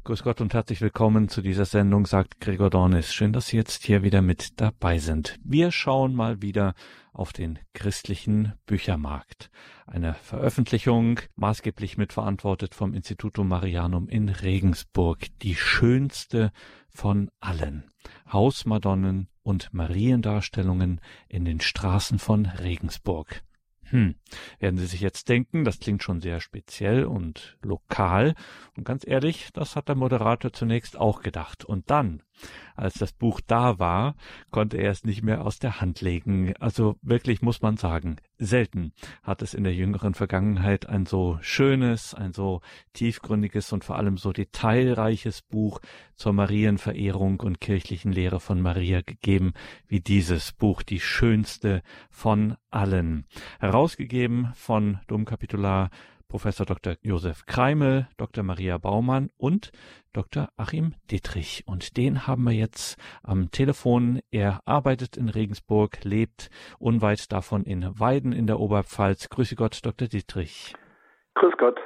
Grüß Gott und herzlich willkommen zu dieser Sendung, sagt Gregor Dornis. Schön, dass Sie jetzt hier wieder mit dabei sind. Wir schauen mal wieder auf den christlichen Büchermarkt. Eine Veröffentlichung, maßgeblich mitverantwortet vom Institutum Marianum in Regensburg. Die schönste von allen. Hausmadonnen und Mariendarstellungen in den Straßen von Regensburg. Werden Sie sich jetzt denken, das klingt schon sehr speziell und lokal. Und ganz ehrlich, das hat der Moderator zunächst auch gedacht. Und dann, als das Buch da war, konnte er es nicht mehr aus der Hand legen. Also wirklich muss man sagen, selten hat es in der jüngeren Vergangenheit ein so schönes, ein so tiefgründiges und vor allem so detailreiches Buch zur Marienverehrung und kirchlichen Lehre von Maria gegeben, wie dieses Buch, die schönste von allen. Herausgegeben von Domkapitular Professor Dr. Josef Kreimel, Dr. Maria Baumann und Dr. Achim Dittrich. Und den haben wir jetzt am Telefon. Er arbeitet in Regensburg, lebt unweit davon in Weiden in der Oberpfalz. Grüße Gott, Dr. Dittrich. Grüß Gott.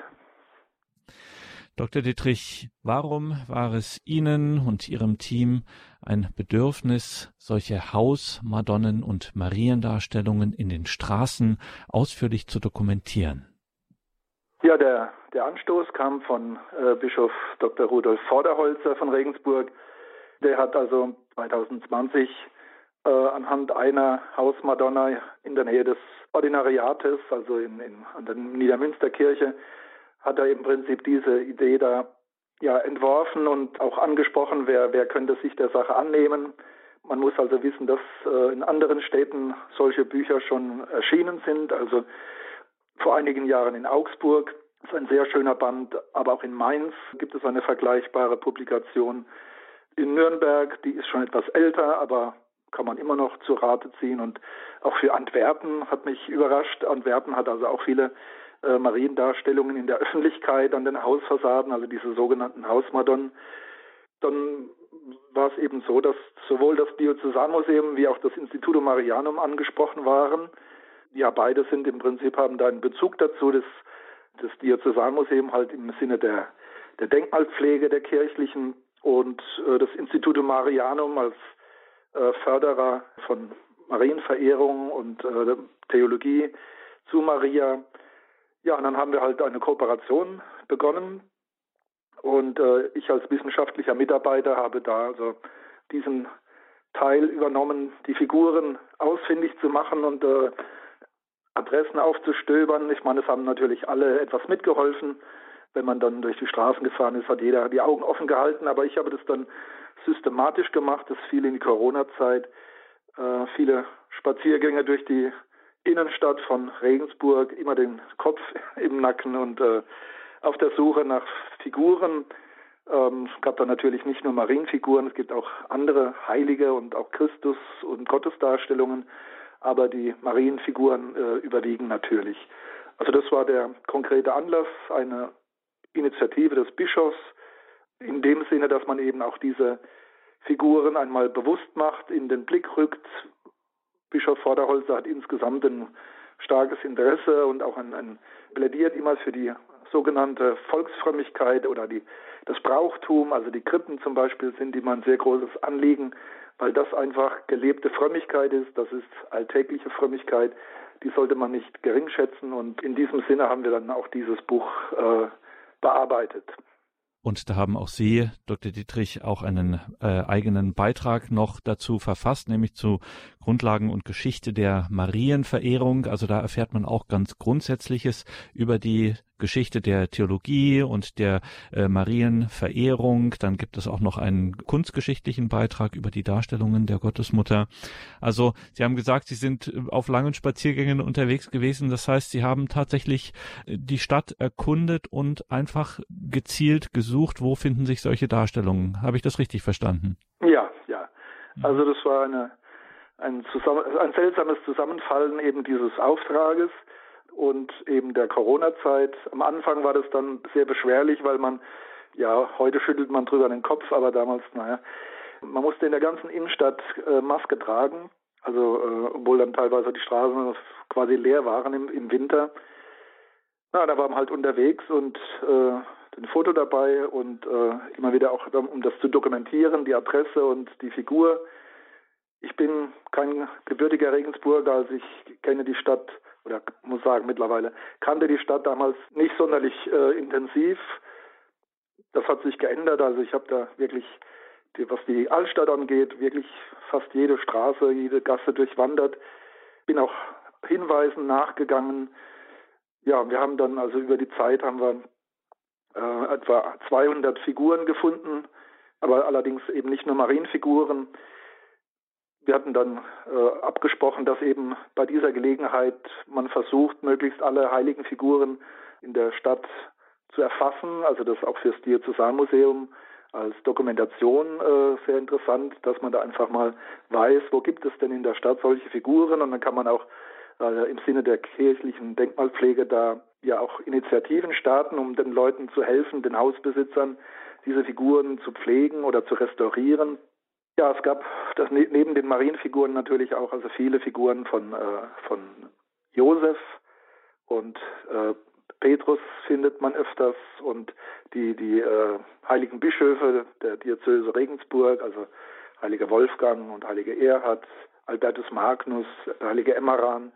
Dr. Dittrich, warum war es Ihnen und Ihrem Team ein Bedürfnis, solche Hausmadonnen und Mariendarstellungen in den Straßen ausführlich zu dokumentieren? Ja, der Anstoß kam von Bischof Dr. Rudolf Vorderholzer von Regensburg. Der hat also 2020 anhand einer Hausmadonna in der Nähe des Ordinariates, also an der Niedermünsterkirche, hat er im Prinzip diese Idee da entworfen und auch angesprochen, wer könnte sich der Sache annehmen. Man muss also wissen, dass in anderen Städten solche Bücher schon erschienen sind, also vor einigen Jahren in Augsburg. Das ist ein sehr schöner Band, aber auch in Mainz gibt es eine vergleichbare Publikation. In Nürnberg, die ist schon etwas älter, aber kann man immer noch zu Rate ziehen. Und auch für Antwerpen hat mich überrascht. Antwerpen hat also auch viele Mariendarstellungen in der Öffentlichkeit an den Hausfassaden, also diese sogenannten Hausmadonnen. Dann war es eben so, dass sowohl das Diözesanmuseum wie auch das Institutum Marianum angesprochen waren. Ja, beide sind im Prinzip, haben da einen Bezug dazu. Das Diözesanmuseum halt im Sinne der Denkmalpflege der kirchlichen und das Institutum Marianum als Förderer von Marienverehrung und Theologie zu Maria. Ja, und dann haben wir halt eine Kooperation begonnen und ich als wissenschaftlicher Mitarbeiter habe da also diesen Teil übernommen, die Figuren ausfindig zu machen und Adressen aufzustöbern. Ich meine, es haben natürlich alle etwas mitgeholfen. Wenn man dann durch die Straßen gefahren ist, hat jeder die Augen offen gehalten. Aber ich habe das dann systematisch gemacht. Das fiel in die Corona-Zeit. Viele Spaziergänge durch die Innenstadt von Regensburg, immer den Kopf im Nacken und auf der Suche nach Figuren. Es gab dann natürlich nicht nur Marienfiguren, es gibt auch andere Heilige und auch Christus- und Gottesdarstellungen. Aber die Marienfiguren überwiegen natürlich. Also das war der konkrete Anlass, eine Initiative des Bischofs, in dem Sinne, dass man eben auch diese Figuren einmal bewusst macht, in den Blick rückt. Bischof Vorderholzer hat insgesamt ein starkes Interesse und auch plädiert immer für die sogenannte Volksfrömmigkeit oder das Brauchtum, also die Krippen zum Beispiel sind immer ein sehr großes Anliegen, weil das einfach gelebte Frömmigkeit ist, das ist alltägliche Frömmigkeit, die sollte man nicht geringschätzen und in diesem Sinne haben wir dann auch dieses Buch bearbeitet. Und da haben auch Sie, Dr. Dittrich, auch einen eigenen Beitrag noch dazu verfasst, nämlich zu Grundlagen und Geschichte der Marienverehrung. Also da erfährt man auch ganz Grundsätzliches über die Geschichte der Theologie und der Marienverehrung. Dann gibt es auch noch einen kunstgeschichtlichen Beitrag über die Darstellungen der Gottesmutter. Also Sie haben gesagt, Sie sind auf langen Spaziergängen unterwegs gewesen. Das heißt, Sie haben tatsächlich die Stadt erkundet und einfach gezielt gesucht, wo finden sich solche Darstellungen. Habe ich das richtig verstanden? Ja. Also das war ein seltsames Zusammenfallen eben dieses Auftrages und eben der Corona-Zeit. Am Anfang war das dann sehr beschwerlich, weil heute schüttelt man drüber den Kopf, aber damals, man musste in der ganzen Innenstadt Maske tragen, also obwohl dann teilweise die Straßen quasi leer waren im Winter. Da war man halt unterwegs und ein Foto dabei und immer wieder auch, um das zu dokumentieren, die Adresse und die Figur. Ich bin kein gebürtiger Regensburger, also ich kenne die Stadt, oder muss sagen mittlerweile, kannte die Stadt damals nicht sonderlich intensiv. Das hat sich geändert, also ich habe da wirklich, was die Altstadt angeht, wirklich fast jede Straße, jede Gasse durchwandert. Bin auch Hinweisen nachgegangen. Ja, wir haben dann, also über die Zeit haben wir etwa 200 Figuren gefunden, aber allerdings eben nicht nur Marienfiguren. Wir hatten dann abgesprochen, dass eben bei dieser Gelegenheit man versucht, möglichst alle heiligen Figuren in der Stadt zu erfassen, also das auch fürs Diözesanmuseum als Dokumentation sehr interessant, dass man da einfach mal weiß, wo gibt es denn in der Stadt solche Figuren, und dann kann man auch im Sinne der kirchlichen Denkmalpflege da ja auch Initiativen starten, um den Leuten zu helfen, den Hausbesitzern, diese Figuren zu pflegen oder zu restaurieren. Ja, es gab das neben den Marienfiguren natürlich auch also viele Figuren von Josef und Petrus findet man öfters, und die heiligen Bischöfe der Diözese Regensburg, also heiliger Wolfgang und heiliger Erhard, Albertus Magnus, heilige Emmeran.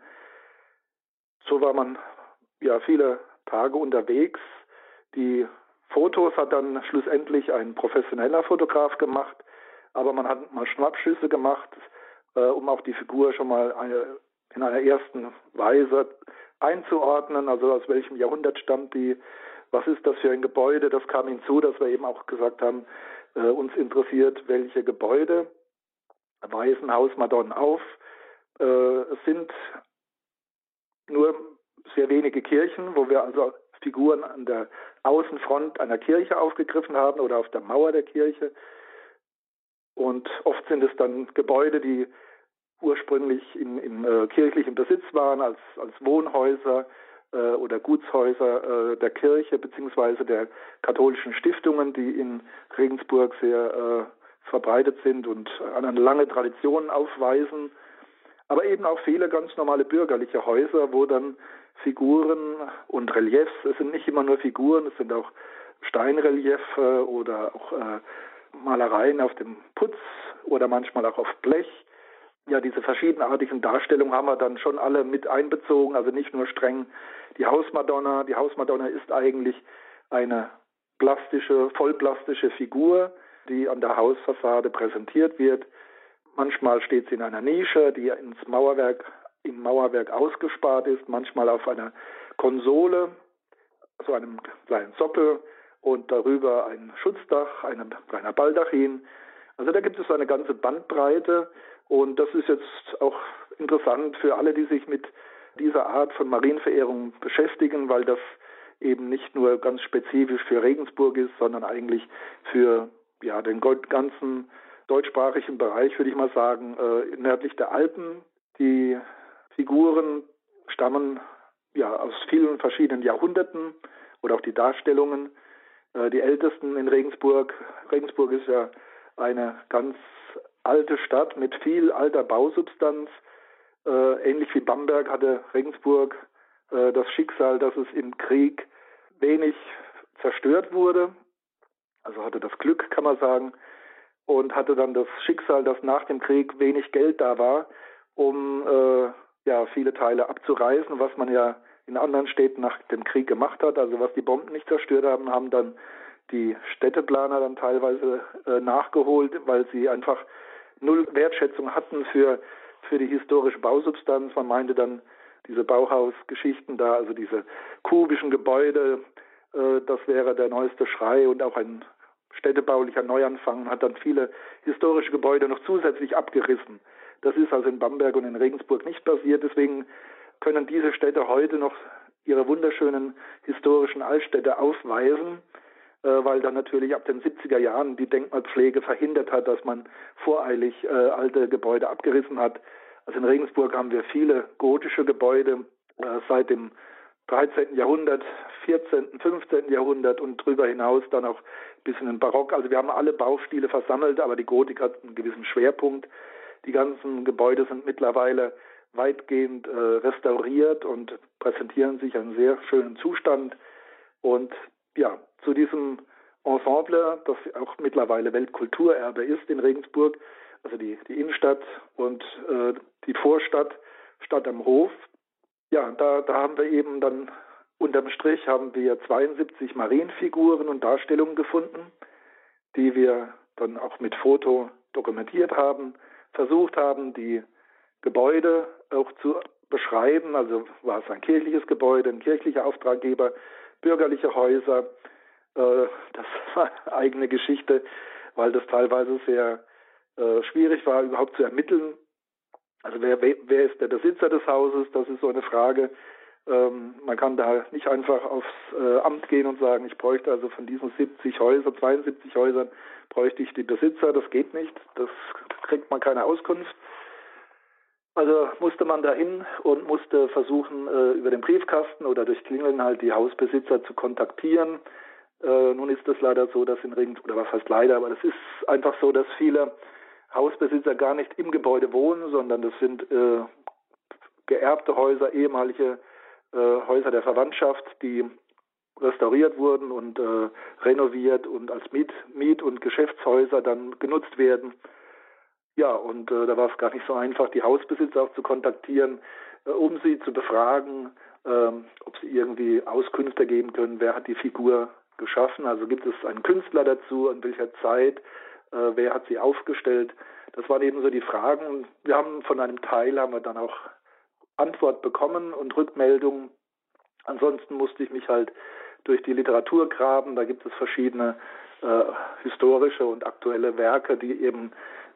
So war man ja viele Tage unterwegs. Die Fotos hat dann schlussendlich ein professioneller Fotograf gemacht, aber man hat mal Schnappschüsse gemacht, um auch die Figur schon mal in einer ersten Weise einzuordnen, also aus welchem Jahrhundert stammt die, was ist das für ein Gebäude. Das kam hinzu, dass wir eben auch gesagt haben, uns interessiert, welche Gebäude weisen Hausmadonnen auf. Es sind nur sehr wenige Kirchen, wo wir also Figuren an der Außenfront einer Kirche aufgegriffen haben oder auf der Mauer der Kirche. Und oft sind es dann Gebäude, die ursprünglich im kirchlichen Besitz waren, als Wohnhäuser oder Gutshäuser der Kirche beziehungsweise der katholischen Stiftungen, die in Regensburg sehr verbreitet sind und eine lange Tradition aufweisen. Aber eben auch viele ganz normale bürgerliche Häuser, wo dann Figuren und Reliefs, es sind nicht immer nur Figuren, es sind auch Steinreliefe oder auch Malereien auf dem Putz oder manchmal auch auf Blech. Ja, diese verschiedenartigen Darstellungen haben wir dann schon alle mit einbezogen, also nicht nur streng die Hausmadonna. Die Hausmadonna ist eigentlich eine plastische, vollplastische Figur, die an der Hausfassade präsentiert wird. Manchmal steht sie in einer Nische, die im Mauerwerk ausgespart ist, manchmal auf einer Konsole, so einem kleinen Sockel, und darüber ein Schutzdach, ein kleiner Baldachin. Also da gibt es eine ganze Bandbreite, und das ist jetzt auch interessant für alle, die sich mit dieser Art von Marienverehrung beschäftigen, weil das eben nicht nur ganz spezifisch für Regensburg ist, sondern eigentlich für den ganzen deutschsprachigen Bereich, würde ich mal sagen, nördlich der Alpen. Die Figuren stammen aus vielen verschiedenen Jahrhunderten oder auch die Darstellungen. Die ältesten in Regensburg. Regensburg ist ja eine ganz alte Stadt mit viel alter Bausubstanz. Ähnlich wie Bamberg hatte Regensburg das Schicksal, dass es im Krieg wenig zerstört wurde. Also hatte das Glück, kann man sagen, und hatte dann das Schicksal, dass nach dem Krieg wenig Geld da war, um viele Teile abzureißen, was man ja in anderen Städten nach dem Krieg gemacht hat. Also was die Bomben nicht zerstört haben, haben dann die Städteplaner dann teilweise nachgeholt, weil sie einfach null Wertschätzung hatten für die historische Bausubstanz. Man meinte dann, diese Bauhausgeschichten da, also diese kubischen Gebäude, das wäre der neueste Schrei, und auch ein städtebaulicher Neuanfang, hat dann viele historische Gebäude noch zusätzlich abgerissen. Das ist also in Bamberg und in Regensburg nicht passiert. Deswegen können diese Städte heute noch ihre wunderschönen historischen Altstädte aufweisen, weil dann natürlich ab den 70er Jahren die Denkmalpflege verhindert hat, dass man voreilig alte Gebäude abgerissen hat. Also in Regensburg haben wir viele gotische Gebäude seit dem 13. Jahrhundert, 14., 15. Jahrhundert und darüber hinaus dann auch bis in den Barock. Also wir haben alle Baustile versammelt, aber die Gotik hat einen gewissen Schwerpunkt. Die ganzen Gebäude sind mittlerweile weitgehend restauriert und präsentieren sich in einem sehr schönen Zustand. Und ja, zu diesem Ensemble, das auch mittlerweile Weltkulturerbe ist in Regensburg, also die Innenstadt und die Vorstadt, Stadt am Hof. Ja, da haben wir eben dann unterm Strich haben wir 72 Marienfiguren und Darstellungen gefunden, die wir dann auch mit Foto dokumentiert haben, versucht haben, die Gebäude auch zu beschreiben. Also war es ein kirchliches Gebäude, ein kirchlicher Auftraggeber, bürgerliche Häuser. Das war eine eigene Geschichte, weil das teilweise sehr schwierig war, überhaupt zu ermitteln. Also wer ist der Besitzer des Hauses? Das ist so eine Frage. Man kann da nicht einfach aufs Amt gehen und sagen, ich bräuchte also von diesen 72 Häusern, bräuchte ich die Besitzer. Das geht nicht. Das kriegt man keine Auskunft. Also musste man dahin und musste versuchen, über den Briefkasten oder durch Klingeln halt die Hausbesitzer zu kontaktieren. Nun ist es leider so, dass in Regensburg, oder was heißt leider, aber das ist einfach so, dass viele Hausbesitzer gar nicht im Gebäude wohnen, sondern das sind geerbte Häuser, ehemalige Häuser der Verwandtschaft, die restauriert wurden und renoviert und als Miet- und Geschäftshäuser dann genutzt werden. Ja, und da war es gar nicht so einfach, die Hausbesitzer auch zu kontaktieren, um sie zu befragen, ob sie irgendwie Auskünfte geben können, wer hat die Figur geschaffen, also gibt es einen Künstler dazu, in welcher Zeit, wer hat sie aufgestellt. Das waren eben so die Fragen. Und wir haben von einem Teil haben wir dann auch Antwort bekommen und Rückmeldungen. Ansonsten musste ich mich halt durch die Literatur graben. Da gibt es verschiedene historische und aktuelle Werke, die eben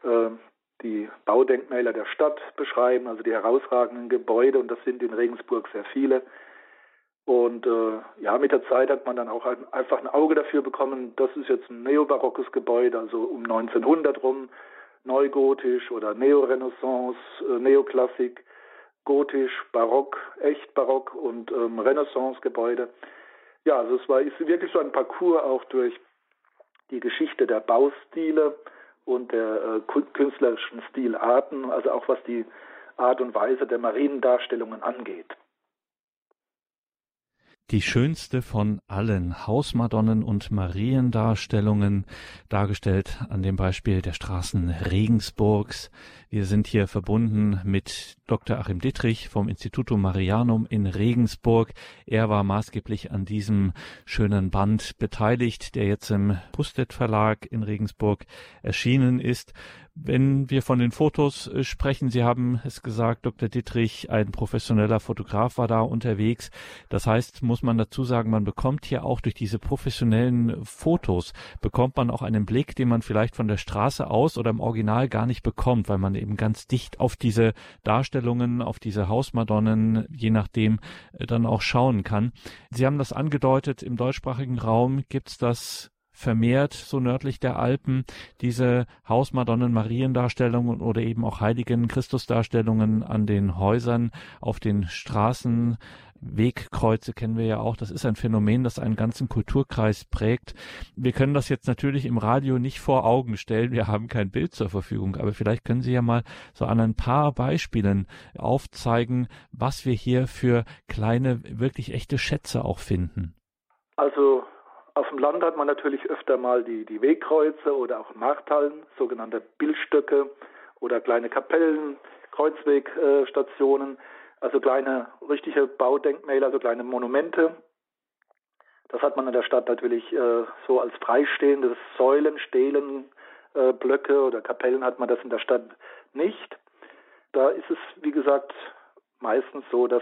die Baudenkmäler der Stadt beschreiben, also die herausragenden Gebäude, und das sind in Regensburg sehr viele. Und mit der Zeit hat man dann auch einfach ein Auge dafür bekommen, das ist jetzt ein neobarockes Gebäude, also um 1900 rum, neugotisch oder Neorenaissance, Neoklassik, gotisch, barock, echt barock und Renaissance-Gebäude. Ja, also ist wirklich so ein Parcours auch durch die Geschichte der Baustile und der künstlerischen Stilarten, also auch was die Art und Weise der Mariendarstellungen angeht. Die schönste von allen Hausmadonnen und Mariendarstellungen, dargestellt an dem Beispiel der Straßen Regensburgs. Wir sind hier verbunden mit Dr. Achim Dittrich vom Institutum Marianum in Regensburg. Er war maßgeblich an diesem schönen Band beteiligt, der jetzt im Pustet Verlag in Regensburg erschienen ist. Wenn wir von den Fotos sprechen, Sie haben es gesagt, Dr. Dittrich, ein professioneller Fotograf war da unterwegs. Das heißt, muss man dazu sagen, man bekommt hier auch durch diese professionellen Fotos, bekommt man auch einen Blick, den man vielleicht von der Straße aus oder im Original gar nicht bekommt, weil man eben ganz dicht auf diese Darstellungen, auf diese Hausmadonnen, je nachdem, dann auch schauen kann. Sie haben das angedeutet, im deutschsprachigen Raum gibt's das vermehrt, so nördlich der Alpen, diese Hausmadonnen, Mariendarstellungen oder eben auch Heiligen Christusdarstellungen an den Häusern, auf den Straßen. Wegkreuze kennen wir ja auch. Das ist ein Phänomen, das einen ganzen Kulturkreis prägt. Wir können das jetzt natürlich im Radio nicht vor Augen stellen. Wir haben kein Bild zur Verfügung, aber vielleicht können Sie ja mal so an ein paar Beispielen aufzeigen, was wir hier für kleine, wirklich echte Schätze auch finden. Also auf dem Land hat man natürlich öfter mal die Wegkreuze oder auch Markthallen, sogenannte Bildstöcke oder kleine Kapellen, Kreuzwegstationen, also kleine richtige Baudenkmäler, also kleine Monumente. Das hat man in der Stadt natürlich so als freistehende Säulen, Stelen, Blöcke oder Kapellen hat man das in der Stadt nicht. Da ist es, wie gesagt, meistens so, dass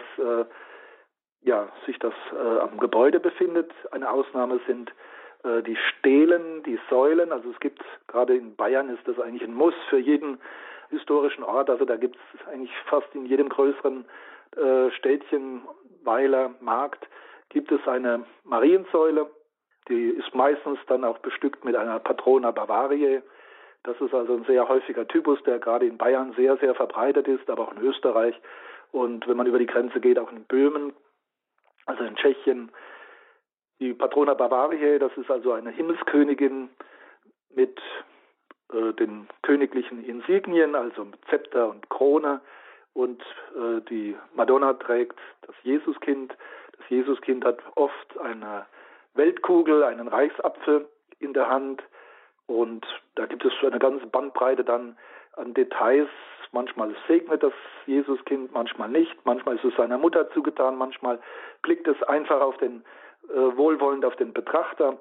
sich das am Gebäude befindet. Eine Ausnahme sind die Stelen, die Säulen. Also es gibt, gerade in Bayern ist das eigentlich ein Muss für jeden historischen Ort. Also da gibt es eigentlich fast in jedem größeren Städtchen, Weiler, Markt, gibt es eine Mariensäule. Die ist meistens dann auch bestückt mit einer Patrona Bavariae. Das ist also ein sehr häufiger Typus, der gerade in Bayern sehr, sehr verbreitet ist, aber auch in Österreich. Und wenn man über die Grenze geht, auch in Böhmen, also in Tschechien. Die Patrona Bavariae, das ist also eine Himmelskönigin mit den königlichen Insignien, also mit Zepter und Krone. Und die Madonna trägt das Jesuskind. Das Jesuskind hat oft eine Weltkugel, einen Reichsapfel in der Hand. Und da gibt es so eine ganze Bandbreite dann an Details. Manchmal segnet das Jesuskind, manchmal nicht. Manchmal ist es seiner Mutter zugetan, manchmal blickt es einfach auf den wohlwollend auf den Betrachter.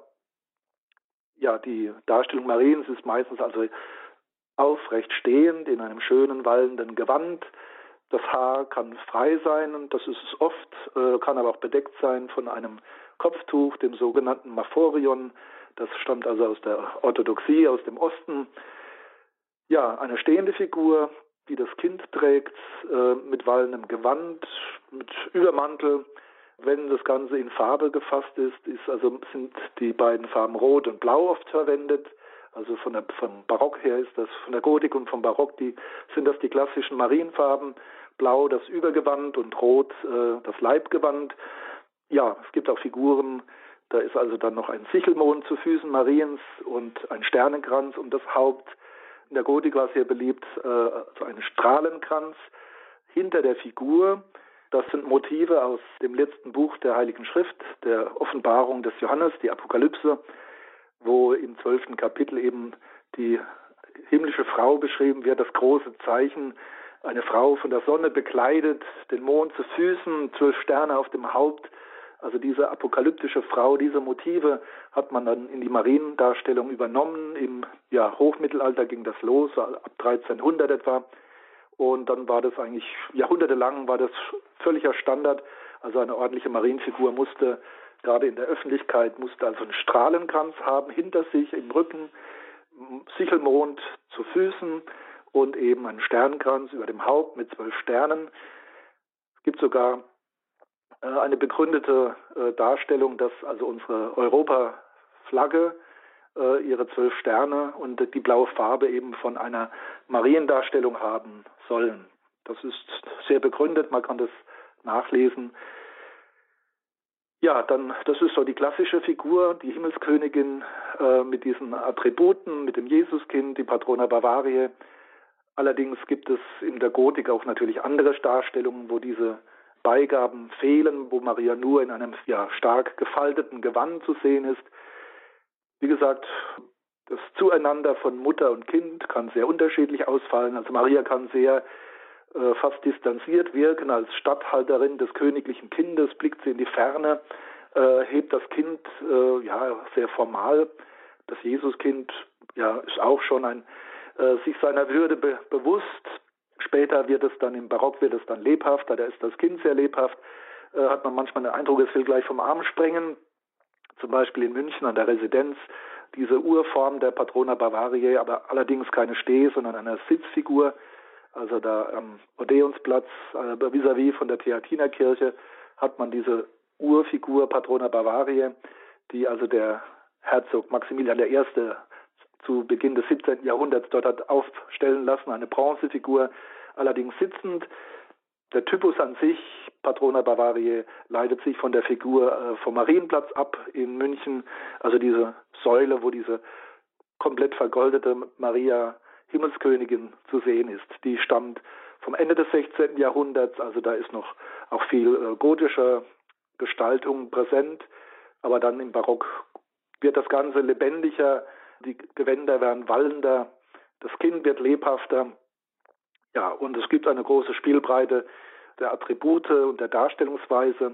Ja, die Darstellung Mariens ist meistens also aufrecht stehend in einem schönen wallenden Gewand. Das Haar kann frei sein, und das ist es oft, kann aber auch bedeckt sein von einem Kopftuch, dem sogenannten Maphorion. Das stammt also aus der Orthodoxie, aus dem Osten. Ja, eine stehende Figur, die das Kind trägt, mit wallendem Gewand, mit Übermantel. Wenn das Ganze in Farbe gefasst ist, sind die beiden Farben Rot und Blau oft verwendet. Also vom Barock her ist das, von der Gotik und vom Barock, sind das die klassischen Marienfarben. Blau das Übergewand und Rot das Leibgewand. Ja, es gibt auch Figuren, da ist also dann noch ein Sichelmond zu Füßen Mariens und ein Sternenkranz um das Haupt. In der Gotik war es sehr beliebt, so ein Strahlenkranz hinter der Figur. Das sind Motive aus dem letzten Buch der Heiligen Schrift, der Offenbarung des Johannes, die Apokalypse, wo im 12. Kapitel eben die himmlische Frau beschrieben wird, das große Zeichen, eine Frau von der Sonne bekleidet, den Mond zu Füßen, 12 Sterne auf dem Haupt. Also diese apokalyptische Frau, diese Motive hat man dann in die Mariendarstellung übernommen. Im Hochmittelalter ging das los, ab 1300 etwa. Und dann war das eigentlich jahrhundertelang war das völliger Standard. Also eine ordentliche Marienfigur musste, gerade in der Öffentlichkeit, also einen Strahlenkranz haben, hinter sich, im Rücken, Sichelmond zu Füßen und eben einen Sternenkranz über dem Haupt mit 12 Sternen. Es gibt sogar eine begründete Darstellung, dass also unsere Europaflagge ihre 12 Sterne und die blaue Farbe eben von einer Mariendarstellung haben sollen. Das ist sehr begründet, man kann das nachlesen. Ja, das ist so die klassische Figur, die Himmelskönigin mit diesen Attributen, mit dem Jesuskind, die Patrona Bavariae. Allerdings gibt es in der Gotik auch natürlich andere Darstellungen, wo diese Beigaben fehlen, wo Maria nur in einem stark gefalteten Gewand zu sehen ist. Wie gesagt, das Zueinander von Mutter und Kind kann sehr unterschiedlich ausfallen. Also Maria kann sehr fast distanziert wirken. Als Statthalterin des königlichen Kindes blickt sie in die Ferne, hebt das Kind sehr formal. Das Jesuskind ist auch schon sich seiner Würde bewusst. Später im Barock wird es dann lebhafter, da ist das Kind sehr lebhaft. Hat man manchmal den Eindruck, es will gleich vom Arm springen. Zum Beispiel in München an der Residenz, diese Urform der Patrona Bavariae, aber allerdings keine Steh-, sondern eine Sitzfigur. Also da am Odeonsplatz, vis-à-vis von der Theatinerkirche, hat man diese Urfigur Patrona Bavariae, die also der Herzog Maximilian I. zu Beginn des 17. Jahrhunderts dort hat aufstellen lassen, eine Bronzefigur, allerdings sitzend. Der Typus an sich, Patrona Bavariae, leitet sich von der Figur vom Marienplatz ab in München, also diese Säule, wo diese komplett vergoldete Maria Himmelskönigin zu sehen ist. Die stammt vom Ende des 16. Jahrhunderts, also da ist noch auch viel gotische Gestaltung präsent, aber dann im Barock wird das Ganze lebendiger, die Gewänder werden wallender, das Kind wird lebhafter. Ja, und es gibt eine große Spielbreite der Attribute und der Darstellungsweise.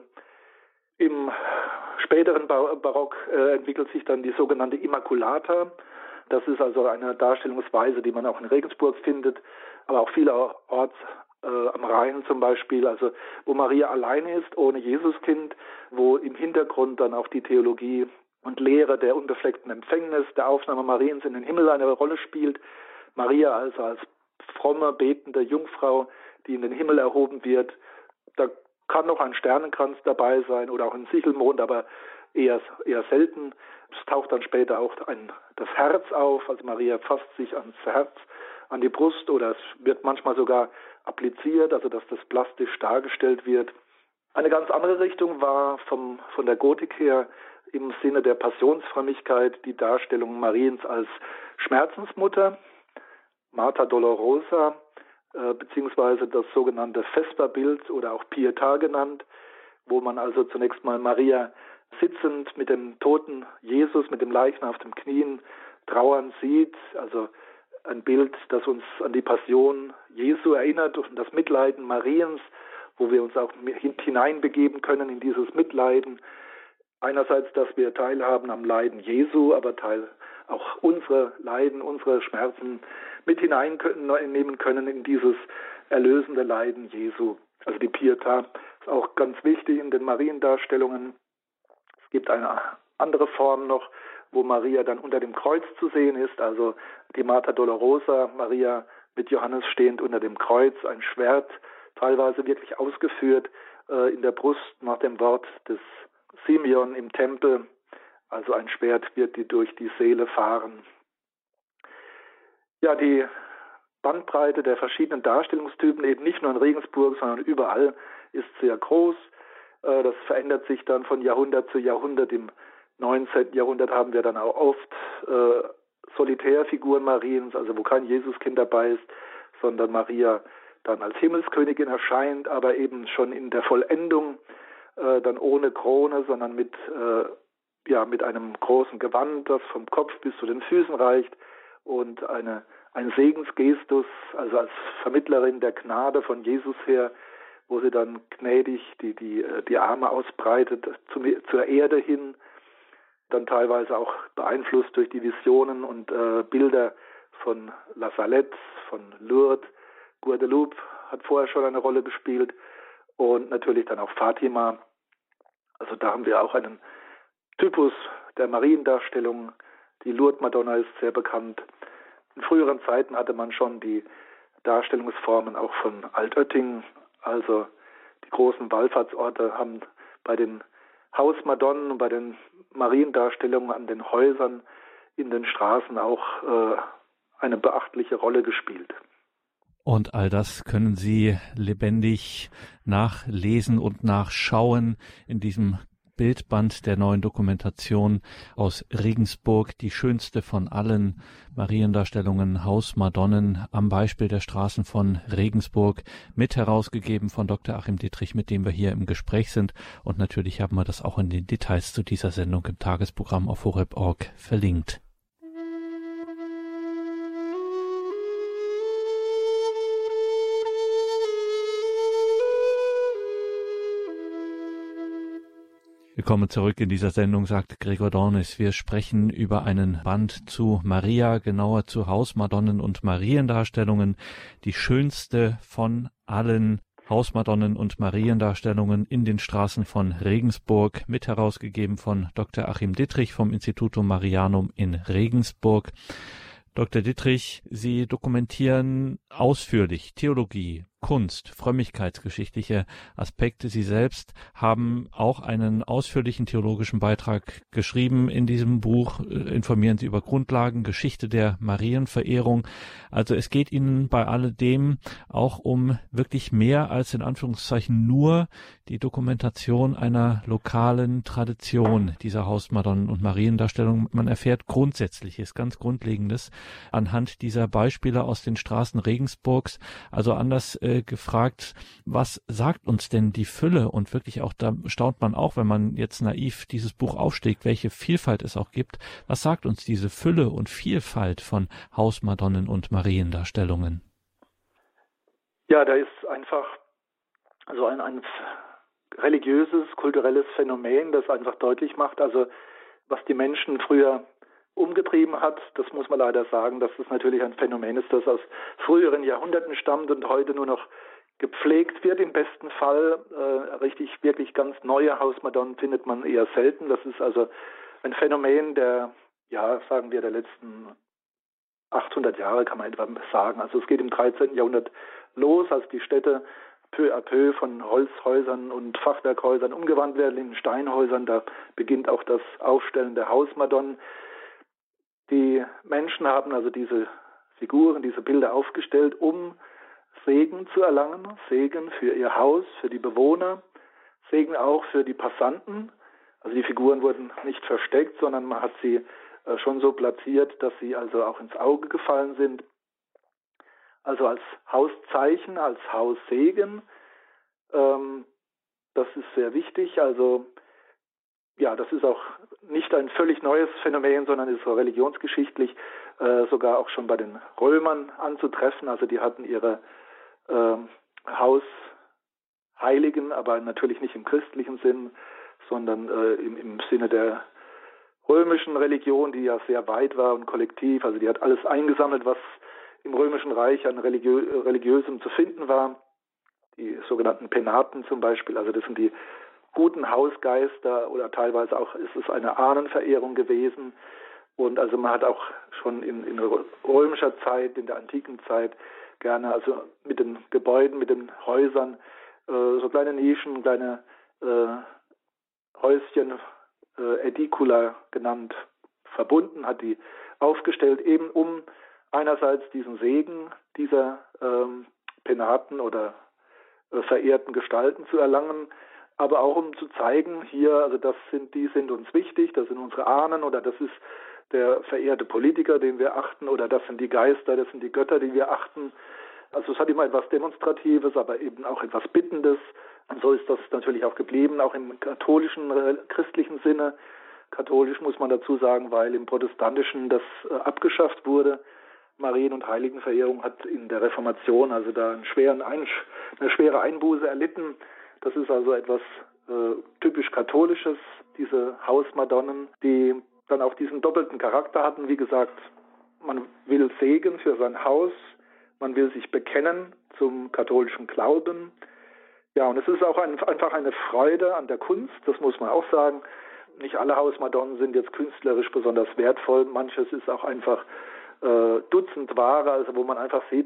Im späteren Barock entwickelt sich dann die sogenannte Immaculata. Das ist also eine Darstellungsweise, die man auch in Regensburg findet, aber auch vielerorts am Rhein zum Beispiel, also wo Maria alleine ist, ohne Jesuskind, wo im Hintergrund dann auch die Theologie und Lehre der unbefleckten Empfängnis, der Aufnahme Mariens in den Himmel eine Rolle spielt. Maria also als fromme, betende Jungfrau, die in den Himmel erhoben wird. Da kann noch ein Sternenkranz dabei sein oder auch ein Sichelmond, aber eher selten. Es taucht dann später auch das Herz auf, also Maria fasst sich ans Herz, an die Brust, oder es wird manchmal sogar appliziert, also dass das plastisch dargestellt wird. Eine ganz andere Richtung war von der Gotik her im Sinne der Passionsfrömmigkeit die Darstellung Mariens als Schmerzensmutter, Mater Dolorosa, beziehungsweise das sogenannte Vesperbild oder auch Pietà genannt, wo man also zunächst mal Maria sitzend mit dem toten Jesus, mit dem Leichnam auf dem Knien trauern sieht. Also ein Bild, das uns an die Passion Jesu erinnert und das Mitleiden Mariens, wo wir uns auch hineinbegeben können in dieses Mitleiden. Einerseits, dass wir teilhaben am Leiden Jesu, aber auch unsere Leiden, unsere Schmerzen mit hineinnehmen können in dieses erlösende Leiden Jesu. Also die Pietà ist auch ganz wichtig in den Mariendarstellungen. Es gibt eine andere Form noch, wo Maria dann unter dem Kreuz zu sehen ist, also die Mater Dolorosa, Maria mit Johannes stehend unter dem Kreuz, ein Schwert, teilweise wirklich ausgeführt in der Brust nach dem Wort des Simeon im Tempel, also ein Schwert wird die durch die Seele fahren. Ja, die Bandbreite der verschiedenen Darstellungstypen, eben nicht nur in Regensburg, sondern überall, ist sehr groß. Das verändert sich dann von Jahrhundert zu Jahrhundert. Im 19. Jahrhundert haben wir dann auch oft Solitärfiguren Mariens, also wo kein Jesuskind dabei ist, sondern Maria dann als Himmelskönigin erscheint, aber eben schon in der Vollendung, dann ohne Krone, sondern mit einem großen Gewand, das vom Kopf bis zu den Füßen reicht und ein Segensgestus, also als Vermittlerin der Gnade von Jesus her, wo sie dann gnädig die Arme ausbreitet zur Erde hin, dann teilweise auch beeinflusst durch die Visionen und Bilder von La Salette, von Lourdes, Guadeloupe hat vorher schon eine Rolle gespielt und natürlich dann auch Fatima. Also da haben wir auch einen Typus der Mariendarstellung. Die Lourdes-Madonna ist sehr bekannt. In früheren Zeiten hatte man schon die Darstellungsformen auch von Altötting, also die großen Wallfahrtsorte haben bei den Hausmadonnen und bei den Mariendarstellungen an den Häusern in den Straßen auch eine beachtliche Rolle gespielt. Und all das können Sie lebendig nachlesen und nachschauen in diesem Bildband der neuen Dokumentation aus Regensburg, die schönste von allen Mariendarstellungen, Hausmadonnen am Beispiel der Straßen von Regensburg, mit herausgegeben von Dr. Achim Dittrich, mit dem wir hier im Gespräch sind. Und natürlich haben wir das auch in den Details zu dieser Sendung im Tagesprogramm auf horeb.org verlinkt. Willkommen zurück in dieser Sendung, sagt Gregor Dornis. Wir sprechen über einen Band zu Maria, genauer zu Hausmadonnen und Mariendarstellungen. Die schönste von allen Hausmadonnen und Mariendarstellungen in den Straßen von Regensburg, mit herausgegeben von Dr. Achim Dittrich vom Institutum Marianum in Regensburg. Dr. Dittrich, Sie dokumentieren ausführlich Theologie, Kunst, frömmigkeitsgeschichtliche Aspekte. Sie selbst haben auch einen ausführlichen theologischen Beitrag geschrieben in diesem Buch. Informieren Sie über Grundlagen, Geschichte der Marienverehrung. Also es geht Ihnen bei alledem auch um wirklich mehr als in Anführungszeichen nur die Dokumentation einer lokalen Tradition dieser Hausmadonnen- und Mariendarstellung. Man erfährt Grundsätzliches, ganz Grundlegendes anhand dieser Beispiele aus den Straßen Regensburgs. Also anders gefragt, was sagt uns denn die Fülle? Und wirklich auch, da staunt man auch, wenn man jetzt naiv dieses Buch aufschlägt, welche Vielfalt es auch gibt. Was sagt uns diese Fülle und Vielfalt von Hausmadonnen und Mariendarstellungen? Ja, da ist einfach so ein religiöses, kulturelles Phänomen, das einfach deutlich macht, also was die Menschen früher umgetrieben hat, das muss man leider sagen, dass das natürlich ein Phänomen ist, das aus früheren Jahrhunderten stammt und heute nur noch gepflegt wird im besten Fall. Wirklich ganz neue Hausmadonnen findet man eher selten. Das ist also ein Phänomen der, sagen wir, der letzten 800 Jahre, kann man etwa sagen. Also es geht im 13. Jahrhundert los, als die Städte peu à peu von Holzhäusern und Fachwerkhäusern umgewandelt werden in Steinhäusern. Da beginnt auch das Aufstellen der Hausmadonnen. Die Menschen haben also diese Figuren, diese Bilder aufgestellt, um Segen zu erlangen, Segen für ihr Haus, für die Bewohner, Segen auch für die Passanten. Also die Figuren wurden nicht versteckt, sondern man hat sie schon so platziert, dass sie also auch ins Auge gefallen sind. Also als Hauszeichen, als Haussegen. Das ist sehr wichtig. Also ja, das ist auch nicht ein völlig neues Phänomen, sondern ist so religionsgeschichtlich sogar auch schon bei den Römern anzutreffen. Also die hatten ihre Hausheiligen, aber natürlich nicht im christlichen Sinn, sondern im Sinne der römischen Religion, die ja sehr weit war und kollektiv. Also die hat alles eingesammelt, was im Römischen Reich an Religiösem zu finden war. Die sogenannten Penaten zum Beispiel, also das sind die guten Hausgeister, oder teilweise auch ist es eine Ahnenverehrung gewesen. Und also man hat auch schon in römischer Zeit, in der antiken Zeit, gerne also mit den Gebäuden, mit den Häusern so kleine Nischen, kleine Häuschen, Ädikula genannt, verbunden, hat die aufgestellt, eben um einerseits diesen Segen dieser Penaten oder verehrten Gestalten zu erlangen, aber auch um zu zeigen, hier, also die sind uns wichtig, das sind unsere Ahnen, oder das ist der verehrte Politiker, den wir achten, oder das sind die Geister, das sind die Götter, die wir achten. Also es hat immer etwas Demonstratives, aber eben auch etwas Bittendes. Und so ist das natürlich auch geblieben, auch im katholischen, christlichen Sinne. Katholisch muss man dazu sagen, weil im protestantischen das abgeschafft wurde. Marien- und Heiligenverehrung hat in der Reformation also da eine schwere Einbuße erlitten. Das ist also etwas typisch Katholisches, diese Hausmadonnen, die dann auch diesen doppelten Charakter hatten. Wie gesagt, man will Segen für sein Haus, man will sich bekennen zum katholischen Glauben. Ja, und es ist auch einfach eine Freude an der Kunst, das muss man auch sagen. Nicht alle Hausmadonnen sind jetzt künstlerisch besonders wertvoll. Manches ist auch einfach Dutzendware, also wo man einfach sieht,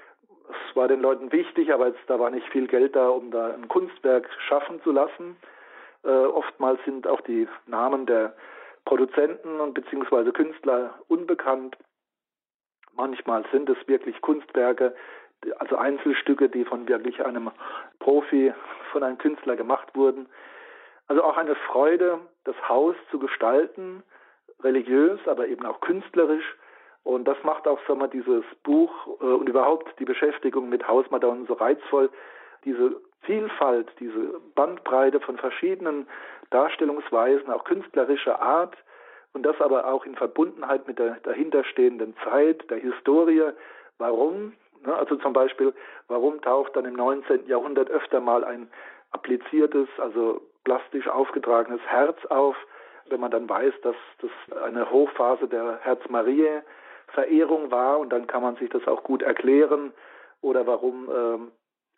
es war den Leuten wichtig, aber da war nicht viel Geld da, um da ein Kunstwerk schaffen zu lassen. Oftmals sind auch die Namen der Produzenten und beziehungsweise Künstler unbekannt. Manchmal sind es wirklich Kunstwerke, also Einzelstücke, die von wirklich einem Profi, von einem Künstler gemacht wurden. Also auch eine Freude, das Haus zu gestalten, religiös, aber eben auch künstlerisch. Und das macht auch, sagen wir, dieses Buch und überhaupt die Beschäftigung mit Hausmadonnen so reizvoll. Diese Vielfalt, diese Bandbreite von verschiedenen Darstellungsweisen, auch künstlerischer Art, und das aber auch in Verbundenheit mit der dahinterstehenden Zeit, der Historie. Warum? Also zum Beispiel, warum taucht dann im 19. Jahrhundert öfter mal ein appliziertes, also plastisch aufgetragenes Herz auf, wenn man dann weiß, dass das eine Hochphase der Herz-Mariä-Verehrung war, und dann kann man sich das auch gut erklären. Oder warum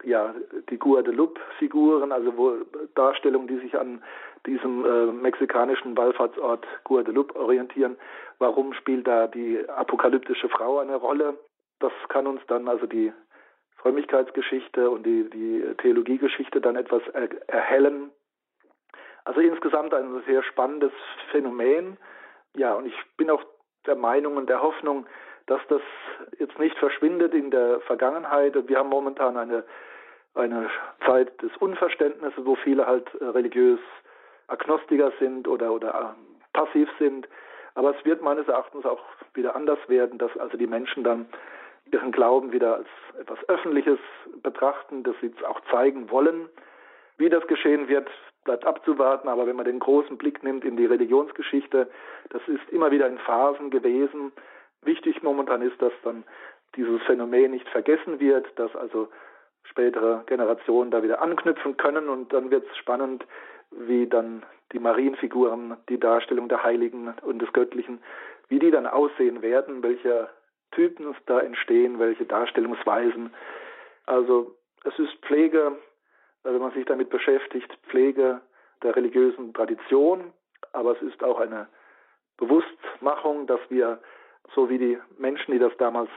die Guadeloupe-Figuren, also Darstellungen, die sich an diesem mexikanischen Wallfahrtsort Guadeloupe orientieren, warum spielt da die apokalyptische Frau eine Rolle? Das kann uns dann also die Frömmigkeitsgeschichte und die Theologiegeschichte dann etwas erhellen. Also insgesamt ein sehr spannendes Phänomen. Ja, und ich bin auch der Meinung und der Hoffnung, dass das jetzt nicht verschwindet in der Vergangenheit. Und wir haben momentan eine Zeit des Unverständnisses, wo viele halt religiös Agnostiker sind oder passiv sind. Aber es wird meines Erachtens auch wieder anders werden, dass also die Menschen dann ihren Glauben wieder als etwas Öffentliches betrachten, dass sie es auch zeigen wollen. Wie das geschehen wird, bleibt abzuwarten, aber wenn man den großen Blick nimmt in die Religionsgeschichte, das ist immer wieder in Phasen gewesen. Wichtig momentan ist, dass dann dieses Phänomen nicht vergessen wird, dass also spätere Generationen da wieder anknüpfen können, und dann wird es spannend, wie dann die Marienfiguren, die Darstellung der Heiligen und des Göttlichen, wie die dann aussehen werden, welche Typen da entstehen, welche Darstellungsweisen. Also es ist Pflege, wenn man sich damit beschäftigt, Pflege der religiösen Tradition, aber es ist auch eine Bewusstmachung, dass wir, so wie die Menschen, die das damals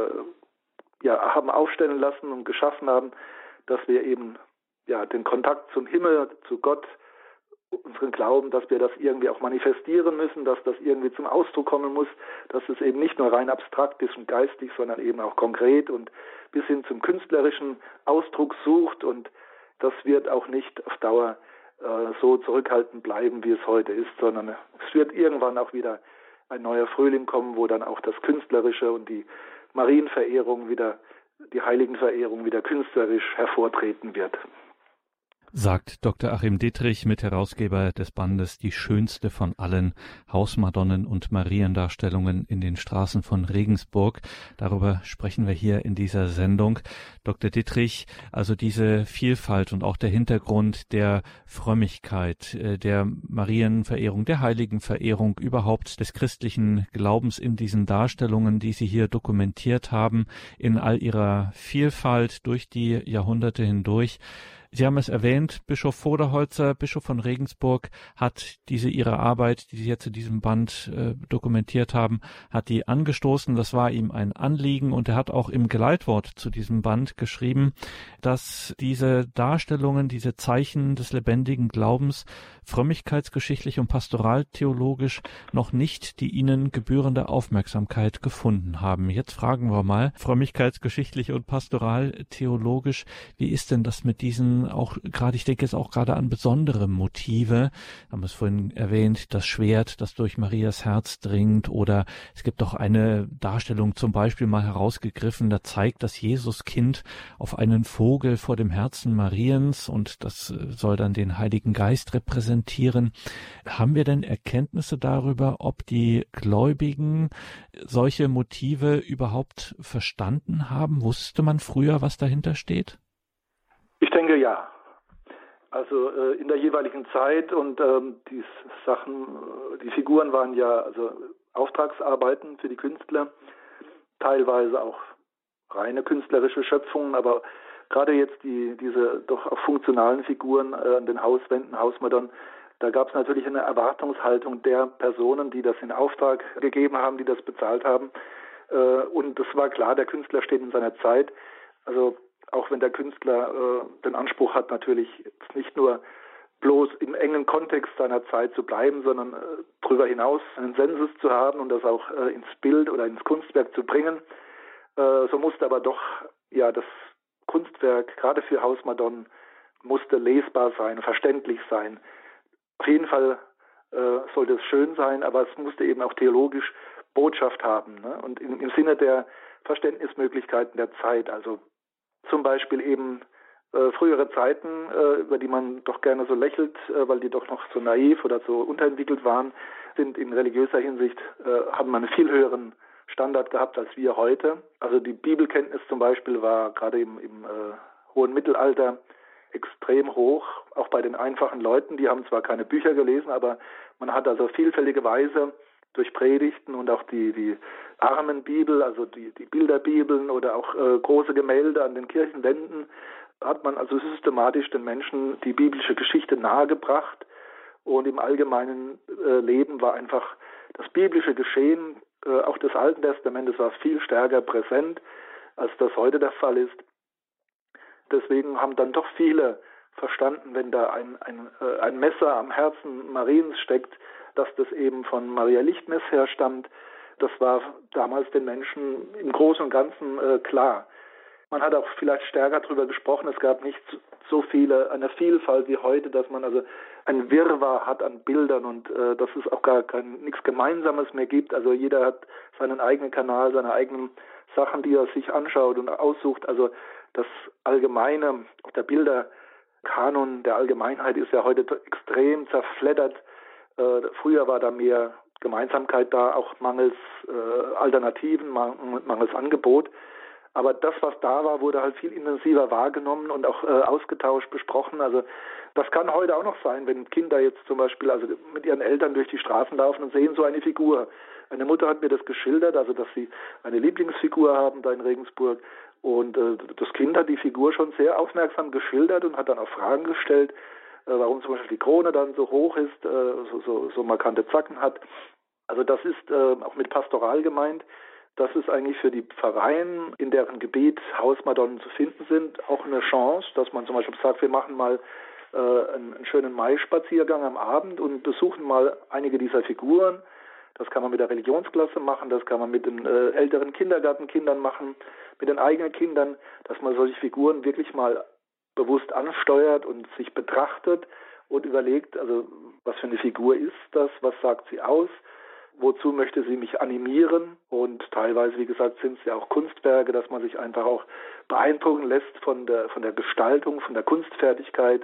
haben aufstellen lassen und geschaffen haben, dass wir eben den Kontakt zum Himmel, zu Gott, unseren Glauben, dass wir das irgendwie auch manifestieren müssen, dass das irgendwie zum Ausdruck kommen muss, dass es eben nicht nur rein abstrakt ist und geistig, sondern eben auch konkret und bis hin zum künstlerischen Ausdruck sucht, und das wird auch nicht auf Dauer so zurückhaltend bleiben, wie es heute ist, sondern es wird irgendwann auch wieder ein neuer Frühling kommen, wo dann auch das Künstlerische und die Marienverehrung wieder, die Heiligenverehrung wieder künstlerisch hervortreten wird. sagt Dr. Achim Dittrich, Mitherausgeber des Bandes Die schönste von allen Hausmadonnen und Mariendarstellungen in den Straßen von Regensburg. Darüber sprechen wir hier in dieser Sendung. Dr. Dittrich, also diese Vielfalt und auch der Hintergrund der Frömmigkeit, der Marienverehrung, der Heiligenverehrung, überhaupt des christlichen Glaubens in diesen Darstellungen, die Sie hier dokumentiert haben, in all ihrer Vielfalt durch die Jahrhunderte hindurch. Sie haben es erwähnt, Bischof Voderholzer, Bischof von Regensburg, hat Ihre Arbeit, die Sie jetzt in diesem Band dokumentiert haben, hat die angestoßen. Das war ihm ein Anliegen und er hat auch im Geleitwort zu diesem Band geschrieben, dass diese Darstellungen, diese Zeichen des lebendigen Glaubens frömmigkeitsgeschichtlich und pastoraltheologisch noch nicht die ihnen gebührende Aufmerksamkeit gefunden haben. Jetzt fragen wir mal, frömmigkeitsgeschichtlich und pastoraltheologisch, wie ist denn das mit diesen auch gerade, ich denke jetzt auch gerade an besondere Motive, haben wir es vorhin erwähnt, das Schwert, das durch Marias Herz dringt, oder es gibt auch eine Darstellung zum Beispiel mal herausgegriffen, da zeigt das Jesuskind auf einen Vogel vor dem Herzen Mariens und das soll dann den Heiligen Geist repräsentieren. Haben wir denn Erkenntnisse darüber, ob die Gläubigen solche Motive überhaupt verstanden haben? Wusste man früher, was dahinter steht? Ich denke ja. Also in der jeweiligen Zeit und die Sachen, die Figuren waren ja also Auftragsarbeiten für die Künstler, teilweise auch reine künstlerische Schöpfungen, aber gerade jetzt diese doch auch funktionalen Figuren an den Hauswänden, Hausmadonnen, da gab es natürlich eine Erwartungshaltung der Personen, die das in Auftrag gegeben haben, die das bezahlt haben. Und es war klar, der Künstler steht in seiner Zeit. Also auch wenn der Künstler den Anspruch hat, natürlich jetzt nicht nur bloß im engen Kontext seiner Zeit zu bleiben, sondern darüber hinaus einen Sensus zu haben und das auch ins Bild oder ins Kunstwerk zu bringen. So musste aber doch ja das Kunstwerk, gerade für Hausmadonnen, musste lesbar sein, verständlich sein. Auf jeden Fall sollte es schön sein, aber es musste eben auch theologisch Botschaft haben, ne? Und im Sinne der Verständnismöglichkeiten der Zeit, also zum Beispiel eben frühere Zeiten, über die man doch gerne so lächelt, weil die doch noch so naiv oder so unterentwickelt waren, sind in religiöser Hinsicht, haben einen viel höheren Standard gehabt als wir heute. Also die Bibelkenntnis zum Beispiel war gerade im hohen Mittelalter extrem hoch, auch bei den einfachen Leuten. Die haben zwar keine Bücher gelesen, aber man hat also vielfältige Weise durch Predigten und auch die Armenbibel, also die Bilderbibeln oder auch große Gemälde an den Kirchenwänden, hat man also systematisch den Menschen die biblische Geschichte nahegebracht. Und im allgemeinen Leben war einfach das biblische Geschehen, auch des Alten Testamentes, war viel stärker präsent, als das heute der Fall ist. Deswegen haben dann doch viele verstanden, wenn da ein Messer am Herzen Mariens steckt, dass das eben von Maria Lichtmess herstammt. Das war damals den Menschen im Großen und Ganzen klar. Man hat auch vielleicht stärker darüber gesprochen. Es gab nicht so eine Vielfalt wie heute, dass man also ein Wirrwarr hat an Bildern und dass es auch gar nichts Gemeinsames mehr gibt. Also jeder hat seinen eigenen Kanal, seine eigenen Sachen, die er sich anschaut und aussucht. Also das Allgemeine, auch der Bilderkanon der Allgemeinheit ist ja heute extrem zerfleddert. Früher war da mehr Gemeinsamkeit da, auch mangels Alternativen, mangels Angebot. Aber das, was da war, wurde halt viel intensiver wahrgenommen und auch ausgetauscht, besprochen. Also das kann heute auch noch sein, wenn Kinder jetzt zum Beispiel also mit ihren Eltern durch die Straßen laufen und sehen so eine Figur. Eine Mutter hat mir das geschildert, also dass sie eine Lieblingsfigur haben da in Regensburg. Und das Kind hat die Figur schon sehr aufmerksam geschildert und hat dann auch Fragen gestellt, warum zum Beispiel die Krone dann so hoch ist, so markante Zacken hat. Also das ist auch mit Pastoral gemeint. Das ist eigentlich für die Pfarreien, in deren Gebiet Hausmadonnen zu finden sind, auch eine Chance, dass man zum Beispiel sagt, wir machen mal einen schönen Maispaziergang am Abend und besuchen mal einige dieser Figuren. Das kann man mit der Religionsklasse machen, das kann man mit den älteren Kindergartenkindern machen, mit den eigenen Kindern, dass man solche Figuren wirklich mal bewusst ansteuert und sich betrachtet und überlegt, also was für eine Figur ist das, was sagt sie aus, wozu möchte sie mich animieren, und teilweise, wie gesagt, sind es ja auch Kunstwerke, dass man sich einfach auch beeindrucken lässt von der Gestaltung, von der Kunstfertigkeit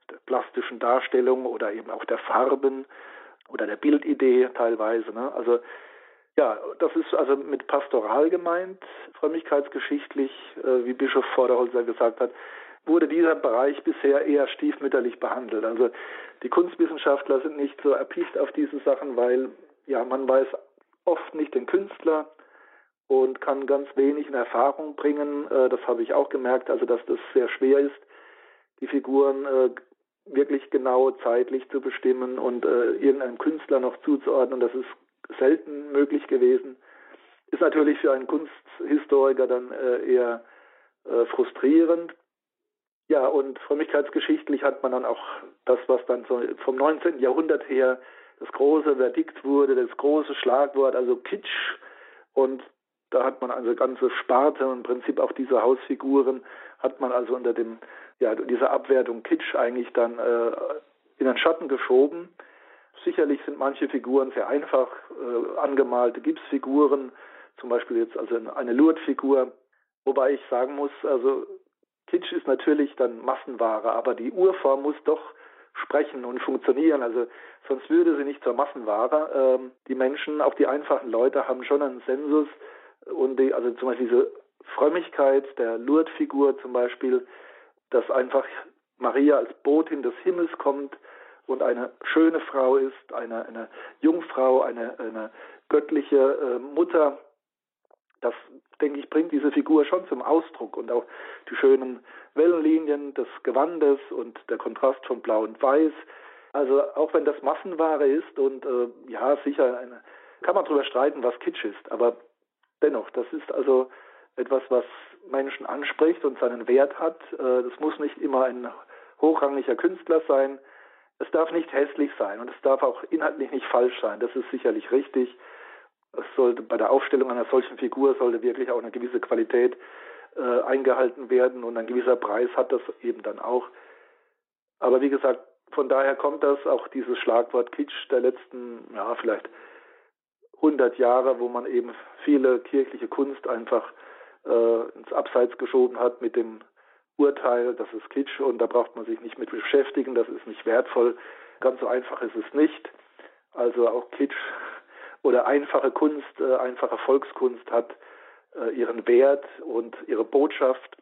der plastischen Darstellung oder eben auch der Farben oder der Bildidee teilweise. Ne? Also ja, das ist also mit pastoral gemeint, frömmigkeitsgeschichtlich, wie Bischof Vorderholzer gesagt hat, wurde dieser Bereich bisher eher stiefmütterlich behandelt. Also die Kunstwissenschaftler sind nicht so erpicht auf diese Sachen, weil ja man weiß oft nicht den Künstler und kann ganz wenig in Erfahrung bringen. Das habe ich auch gemerkt, also dass das sehr schwer ist, die Figuren wirklich genau zeitlich zu bestimmen und irgendeinem Künstler noch zuzuordnen. Das ist selten möglich gewesen. Ist natürlich für einen Kunsthistoriker dann eher frustrierend. Ja, und frömmigkeitsgeschichtlich hat man dann auch das, was dann so vom 19. Jahrhundert her das große Verdikt wurde, das große Schlagwort, also Kitsch. Und da hat man also ganze Sparte und im Prinzip auch diese Hausfiguren hat man also unter dem, ja, dieser Abwertung Kitsch eigentlich dann in den Schatten geschoben. Sicherlich sind manche Figuren sehr einfach angemalte Gipsfiguren, zum Beispiel jetzt also eine Lourdes-Figur, wobei ich sagen muss, also Kitsch ist natürlich dann Massenware, aber die Urform muss doch sprechen und funktionieren, also sonst würde sie nicht zur Massenware. Die Menschen, auch die einfachen Leute, haben schon einen Sensus und also zum Beispiel diese Frömmigkeit der Lourdes-Figur zum Beispiel, dass einfach Maria als Botin des Himmels kommt und eine schöne Frau ist, eine Jungfrau, eine göttliche Mutter. Das, denke ich, bringt diese Figur schon zum Ausdruck und auch die schönen Wellenlinien des Gewandes und der Kontrast von Blau und Weiß. Also auch wenn das Massenware ist und ja, sicher kann man darüber streiten, was Kitsch ist, aber dennoch, das ist also etwas, was Menschen anspricht und seinen Wert hat. Das muss nicht immer ein hochrangiger Künstler sein. Es darf nicht hässlich sein und es darf auch inhaltlich nicht falsch sein. Das ist sicherlich richtig. Es sollte bei der Aufstellung einer solchen Figur sollte wirklich auch eine gewisse Qualität eingehalten werden und ein gewisser Preis hat das eben dann auch. Aber wie gesagt, von daher kommt das auch dieses Schlagwort Kitsch der letzten, ja, vielleicht 100 Jahre, wo man eben viele kirchliche Kunst einfach ins Abseits geschoben hat mit dem Urteil, das ist Kitsch und da braucht man sich nicht mit beschäftigen, das ist nicht wertvoll. Ganz so einfach ist es nicht. Also auch Kitsch oder einfache Kunst, einfache Volkskunst hat ihren Wert und ihre Botschaft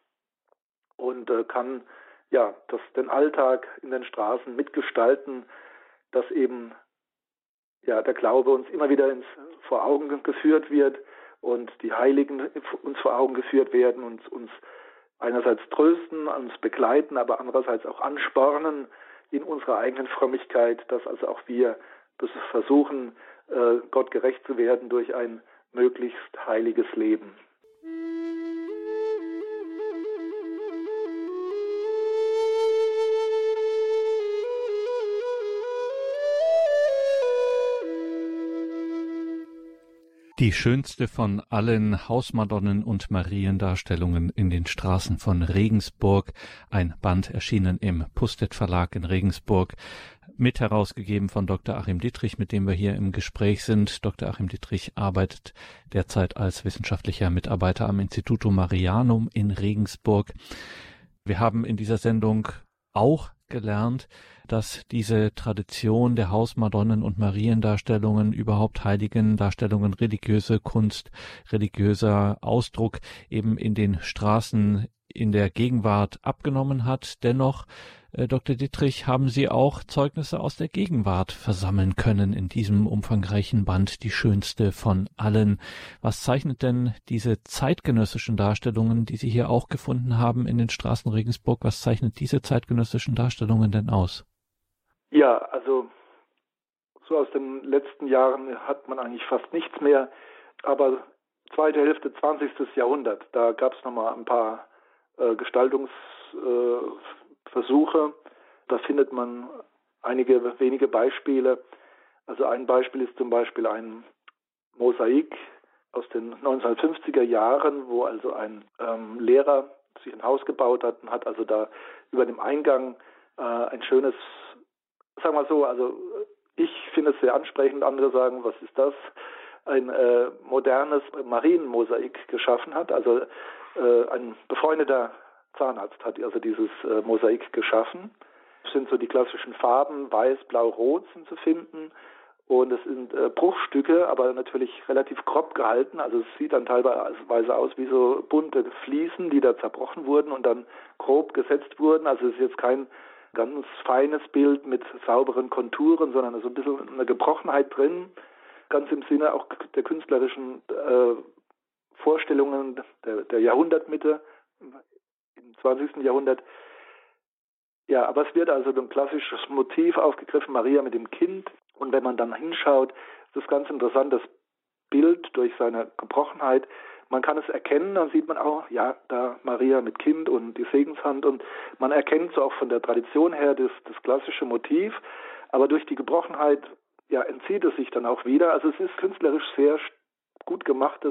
und kann ja den Alltag in den Straßen mitgestalten, dass eben ja der Glaube uns immer wieder vor Augen geführt wird und die Heiligen uns vor Augen geführt werden und uns einerseits trösten, uns begleiten, aber andererseits auch anspornen in unserer eigenen Frömmigkeit, dass also auch wir versuchen, Gott gerecht zu werden durch ein möglichst heiliges Leben. Die schönste von allen Hausmadonnen und Mariendarstellungen in den Straßen von Regensburg, ein Band erschienen im Pustet Verlag in Regensburg, mit herausgegeben von Dr. Achim Dittrich, mit dem wir hier im Gespräch sind. Dr. Achim Dittrich arbeitet derzeit als wissenschaftlicher Mitarbeiter am Institutum Marianum in Regensburg. Wir haben in dieser Sendung auch gelernt, dass diese Tradition der Hausmadonnen und Mariendarstellungen, überhaupt Heiligendarstellungen, religiöse Kunst, religiöser Ausdruck eben in den Straßen in der Gegenwart abgenommen hat. Dennoch, Dr. Dittrich, haben Sie auch Zeugnisse aus der Gegenwart versammeln können in diesem umfangreichen Band, die schönste von allen. Was zeichnet denn diese zeitgenössischen Darstellungen, die Sie hier auch gefunden haben in den Straßen Regensburg, was zeichnet diese zeitgenössischen Darstellungen denn aus? Ja, also so aus den letzten Jahren hat man eigentlich fast nichts mehr, aber zweite Hälfte 20. Jahrhundert, da gab es nochmal ein paar Gestaltungsversuche. Da findet man einige wenige Beispiele. Also ein Beispiel ist zum Beispiel ein Mosaik aus den 1950er Jahren, wo also ein Lehrer sich ein Haus gebaut hat und hat also da über dem Eingang ein schönes, sagen wir so, also ich finde es sehr ansprechend, andere sagen, was ist das? Ein modernes Marienmosaik geschaffen hat. Also ein befreundeter Zahnarzt hat also dieses Mosaik geschaffen. sind so die klassischen Farben, weiß, blau, rot sind zu finden. Und es sind Bruchstücke, aber natürlich relativ grob gehalten. Also es sieht dann teilweise aus wie so bunte Fliesen, die da zerbrochen wurden und dann grob gesetzt wurden. Also es ist jetzt kein ganz feines Bild mit sauberen Konturen, sondern so ein bisschen eine Gebrochenheit drin. Ganz im Sinne auch der künstlerischen Vorstellungen der Jahrhundertmitte im 20. Jahrhundert. Ja, aber es wird also ein klassisches Motiv aufgegriffen, Maria mit dem Kind. Und wenn man dann hinschaut, ist das ganz interessant, das Bild durch seine Gebrochenheit. Man kann es erkennen, dann sieht man auch, ja, da Maria mit Kind und die Segenshand. Und man erkennt so auch von der Tradition her das klassische Motiv. Aber durch die Gebrochenheit, ja, entzieht es sich dann auch wieder. Also es ist künstlerisch sehr gut gemachtes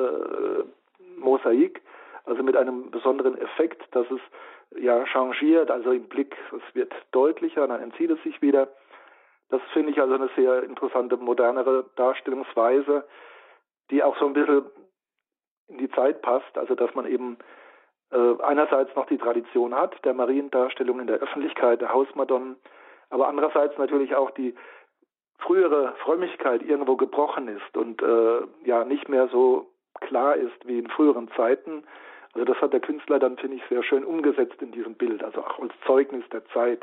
Mosaik, also mit einem besonderen Effekt, dass es ja changiert, also im Blick, es wird deutlicher, dann entzieht es sich wieder. Das finde ich also eine sehr interessante, modernere Darstellungsweise, die auch so ein bisschen in die Zeit passt, also dass man eben einerseits noch die Tradition hat, der Mariendarstellung in der Öffentlichkeit, der Hausmadonnen, aber andererseits natürlich auch die frühere Frömmigkeit irgendwo gebrochen ist und ja nicht mehr so klar ist wie in früheren Zeiten. Also das hat der Künstler dann, finde ich, sehr schön umgesetzt in diesem Bild, also auch als Zeugnis der Zeit.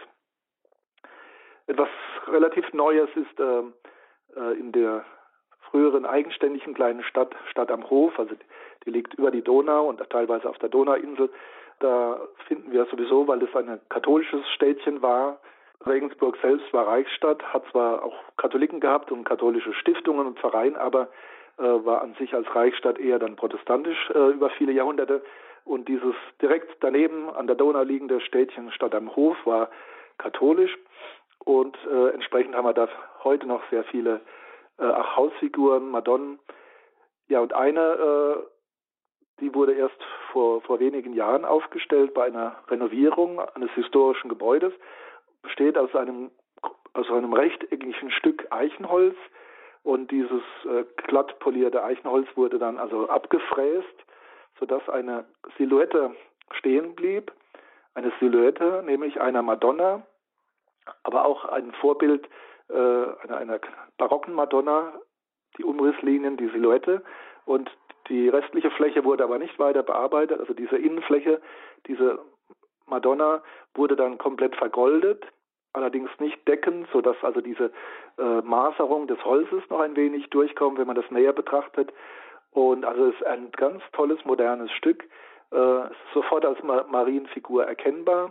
Etwas relativ Neues ist in der früheren eigenständigen kleinen Stadt am Hof, also die liegt über die Donau und teilweise auf der Donauinsel. Da finden wir sowieso, weil es ein katholisches Städtchen war, Regensburg selbst war Reichsstadt, hat zwar auch Katholiken gehabt und katholische Stiftungen und Vereine, aber war an sich als Reichsstadt eher dann protestantisch über viele Jahrhunderte. Und dieses direkt daneben an der Donau liegende Städtchen Stadt am Hof war katholisch. Und entsprechend haben wir da heute noch sehr viele auch Hausfiguren, Madonnen. Ja, und eine, die wurde erst vor wenigen Jahren aufgestellt bei einer Renovierung eines historischen Gebäudes, besteht aus einem rechteckigen Stück Eichenholz. Und dieses glatt polierte Eichenholz wurde dann also abgefräst, sodass eine Silhouette stehen blieb. Eine Silhouette, nämlich einer Madonna, aber auch ein Vorbild einer barocken Madonna, die Umrisslinien, die Silhouette. Und die restliche Fläche wurde aber nicht weiter bearbeitet. Also diese Innenfläche, diese Madonna wurde dann komplett vergoldet, allerdings nicht deckend, sodass also diese Maserung des Holzes noch ein wenig durchkommt, wenn man das näher betrachtet. Und also es ist ein ganz tolles, modernes Stück. Es ist sofort als Marienfigur erkennbar.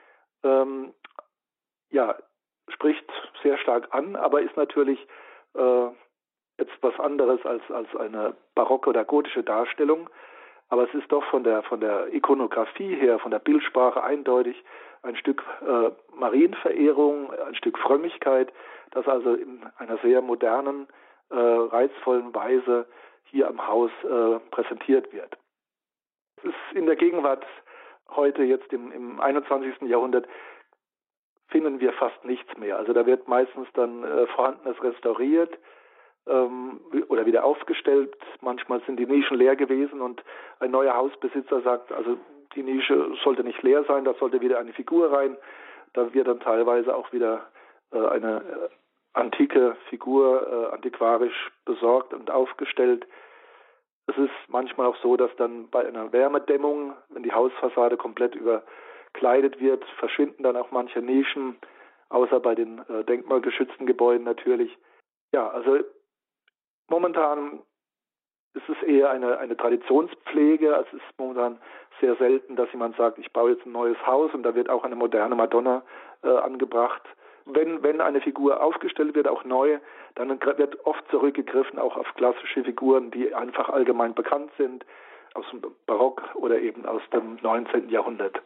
Ja, spricht sehr stark an, aber ist natürlich jetzt was anderes als eine barocke oder gotische Darstellung. Aber es ist doch von der Ikonografie her, von der Bildsprache eindeutig ein Stück Marienverehrung, ein Stück Frömmigkeit, das also in einer sehr modernen, reizvollen Weise hier am Haus präsentiert wird. Es ist in der Gegenwart heute, jetzt im 21. Jahrhundert, finden wir fast nichts mehr. Also da wird meistens dann Vorhandenes restauriert oder wieder aufgestellt. Manchmal sind die Nischen leer gewesen und ein neuer Hausbesitzer sagt, also die Nische sollte nicht leer sein, da sollte wieder eine Figur rein. Da wird dann teilweise auch wieder eine antike Figur antiquarisch besorgt und aufgestellt. Es ist manchmal auch so, dass dann bei einer Wärmedämmung, wenn die Hausfassade komplett überkleidet wird, verschwinden dann auch manche Nischen, außer bei den denkmalgeschützten Gebäuden natürlich. Ja, also momentan ist es eher eine Traditionspflege. Es ist momentan sehr selten, dass jemand sagt, ich baue jetzt ein neues Haus und da wird auch eine moderne Madonna angebracht. Wenn eine Figur aufgestellt wird, auch neu, dann wird oft zurückgegriffen auch auf klassische Figuren, die einfach allgemein bekannt sind, aus dem Barock oder eben aus dem 19. Jahrhundert.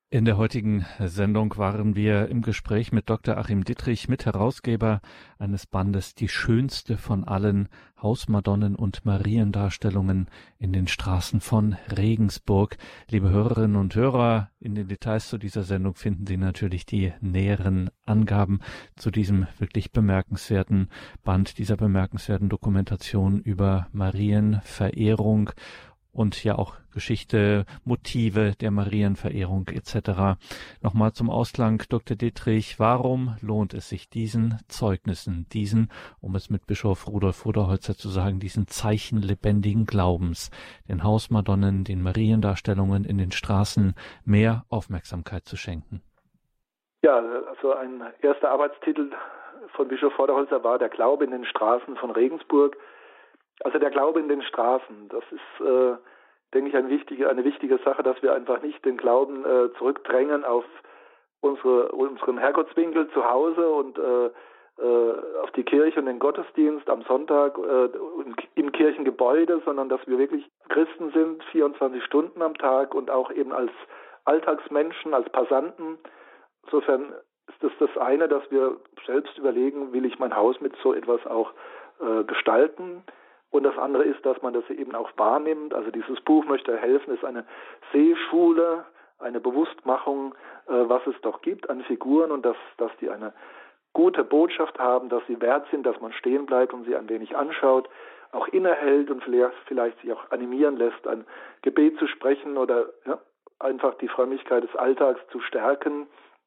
In der heutigen Sendung waren wir im Gespräch mit Dr. Achim Dittrich, Mitherausgeber eines Bandes Die schönste von allen Hausmadonnen und Mariendarstellungen in den Straßen von Regensburg. Liebe Hörerinnen und Hörer, in den Details zu dieser Sendung finden Sie natürlich die näheren Angaben zu diesem wirklich bemerkenswerten Band, dieser bemerkenswerten Dokumentation über Marienverehrung und ja auch Geschichte, Motive der Marienverehrung etc. Nochmal zum Ausklang, Dr. Dittrich, warum lohnt es sich diesen Zeugnissen, um es mit Bischof Rudolf Voderholzer zu sagen, diesen Zeichen lebendigen Glaubens, den Hausmadonnen, den Mariendarstellungen in den Straßen mehr Aufmerksamkeit zu schenken? Ja, also ein erster Arbeitstitel von Bischof Voderholzer war der Glaube in den Straßen von Regensburg. Also der Glaube in den Straßen, das ist, denke ich, eine wichtige Sache, dass wir einfach nicht den Glauben zurückdrängen auf unseren Herrgottswinkel zu Hause und auf die Kirche und den Gottesdienst am Sonntag im Kirchengebäude, sondern dass wir wirklich Christen sind, 24 Stunden am Tag und auch eben als Alltagsmenschen, als Passanten. Insofern ist das eine, dass wir selbst überlegen, will ich mein Haus mit so etwas auch gestalten. Und das andere ist, dass man das eben auch wahrnimmt. Also dieses Buch möchte helfen, ist eine Sehschule, eine Bewusstmachung, was es doch gibt an Figuren und dass die eine gute Botschaft haben, dass sie wert sind, dass man stehen bleibt und sie ein wenig anschaut, auch innehält und vielleicht sich auch animieren lässt, ein Gebet zu sprechen oder einfach die Frömmigkeit des Alltags zu stärken.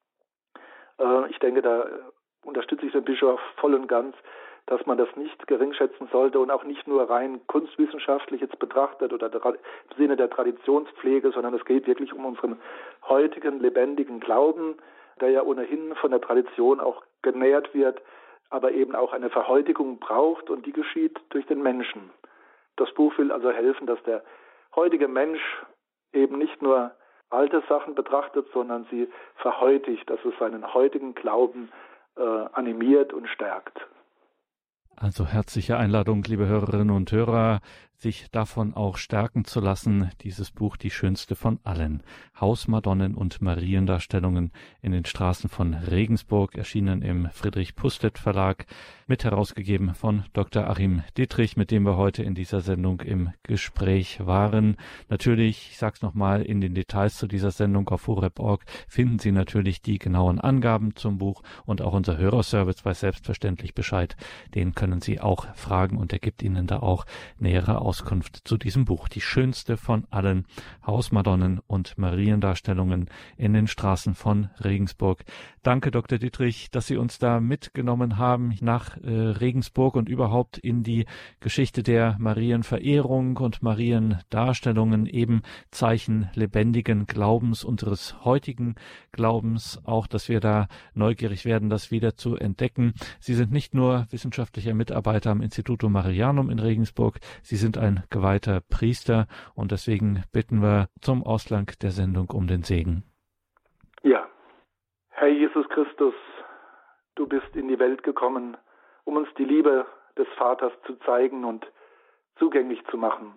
Ich denke, da unterstütze ich den Bischof voll und ganz, dass man das nicht geringschätzen sollte und auch nicht nur rein kunstwissenschaftlich jetzt betrachtet oder im Sinne der Traditionspflege, sondern es geht wirklich um unseren heutigen lebendigen Glauben, der ja ohnehin von der Tradition auch genährt wird, aber eben auch eine Verheutigung braucht und die geschieht durch den Menschen. Das Buch will also helfen, dass der heutige Mensch eben nicht nur alte Sachen betrachtet, sondern sie verheutigt, dass es seinen heutigen Glauben animiert und stärkt. Also herzliche Einladung, liebe Hörerinnen und Hörer, sich davon auch stärken zu lassen. Dieses Buch, die schönste von allen. Hausmadonnen und Mariendarstellungen in den Straßen von Regensburg, erschienen im Friedrich Pustet Verlag, mit herausgegeben von Dr. Achim Dittrich, mit dem wir heute in dieser Sendung im Gespräch waren. Natürlich, ich sag's nochmal, in den Details zu dieser Sendung auf horeb.org finden Sie natürlich die genauen Angaben zum Buch und auch unser Hörerservice weiß selbstverständlich Bescheid. Den können Sie auch fragen und er gibt Ihnen da auch nähere Auskunft zu diesem Buch. Die schönste von allen Hausmadonnen und Mariendarstellungen in den Straßen von Regensburg. Danke, Dr. Dittrich, dass Sie uns da mitgenommen haben nach Regensburg und überhaupt in die Geschichte der Marienverehrung und Mariendarstellungen, eben Zeichen lebendigen Glaubens, unseres heutigen Glaubens, auch, dass wir da neugierig werden, das wieder zu entdecken. Sie sind nicht nur wissenschaftlicher Mitarbeiter am Institutum Marianum in Regensburg, Sie sind ein geweihter Priester und deswegen bitten wir zum Ausklang der Sendung um den Segen. Ja, Herr Jesus Christus, du bist in die Welt gekommen, um uns die Liebe des Vaters zu zeigen und zugänglich zu machen.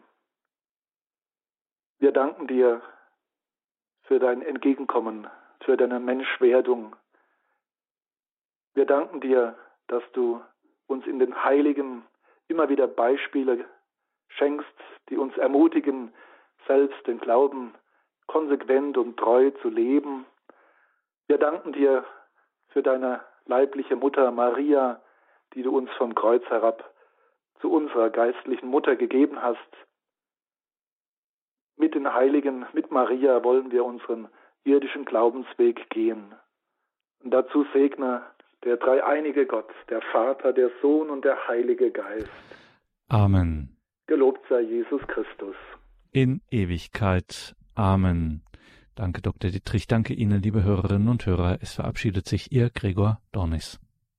Wir danken dir für dein Entgegenkommen, für deine Menschwerdung. Wir danken dir, dass du uns in den Heiligen immer wieder Beispiele schenkst, die uns ermutigen, selbst den Glauben konsequent und treu zu leben. Wir danken dir für deine leibliche Mutter Maria, die du uns vom Kreuz herab zu unserer geistlichen Mutter gegeben hast. Mit den Heiligen, mit Maria wollen wir unseren irdischen Glaubensweg gehen. Und dazu segne der dreieinige Gott, der Vater, der Sohn und der Heilige Geist. Amen. Gelobt sei Jesus Christus. In Ewigkeit. Amen. Danke, Dr. Dittrich. Danke Ihnen, liebe Hörerinnen und Hörer. Es verabschiedet sich Ihr Gregor Dornis.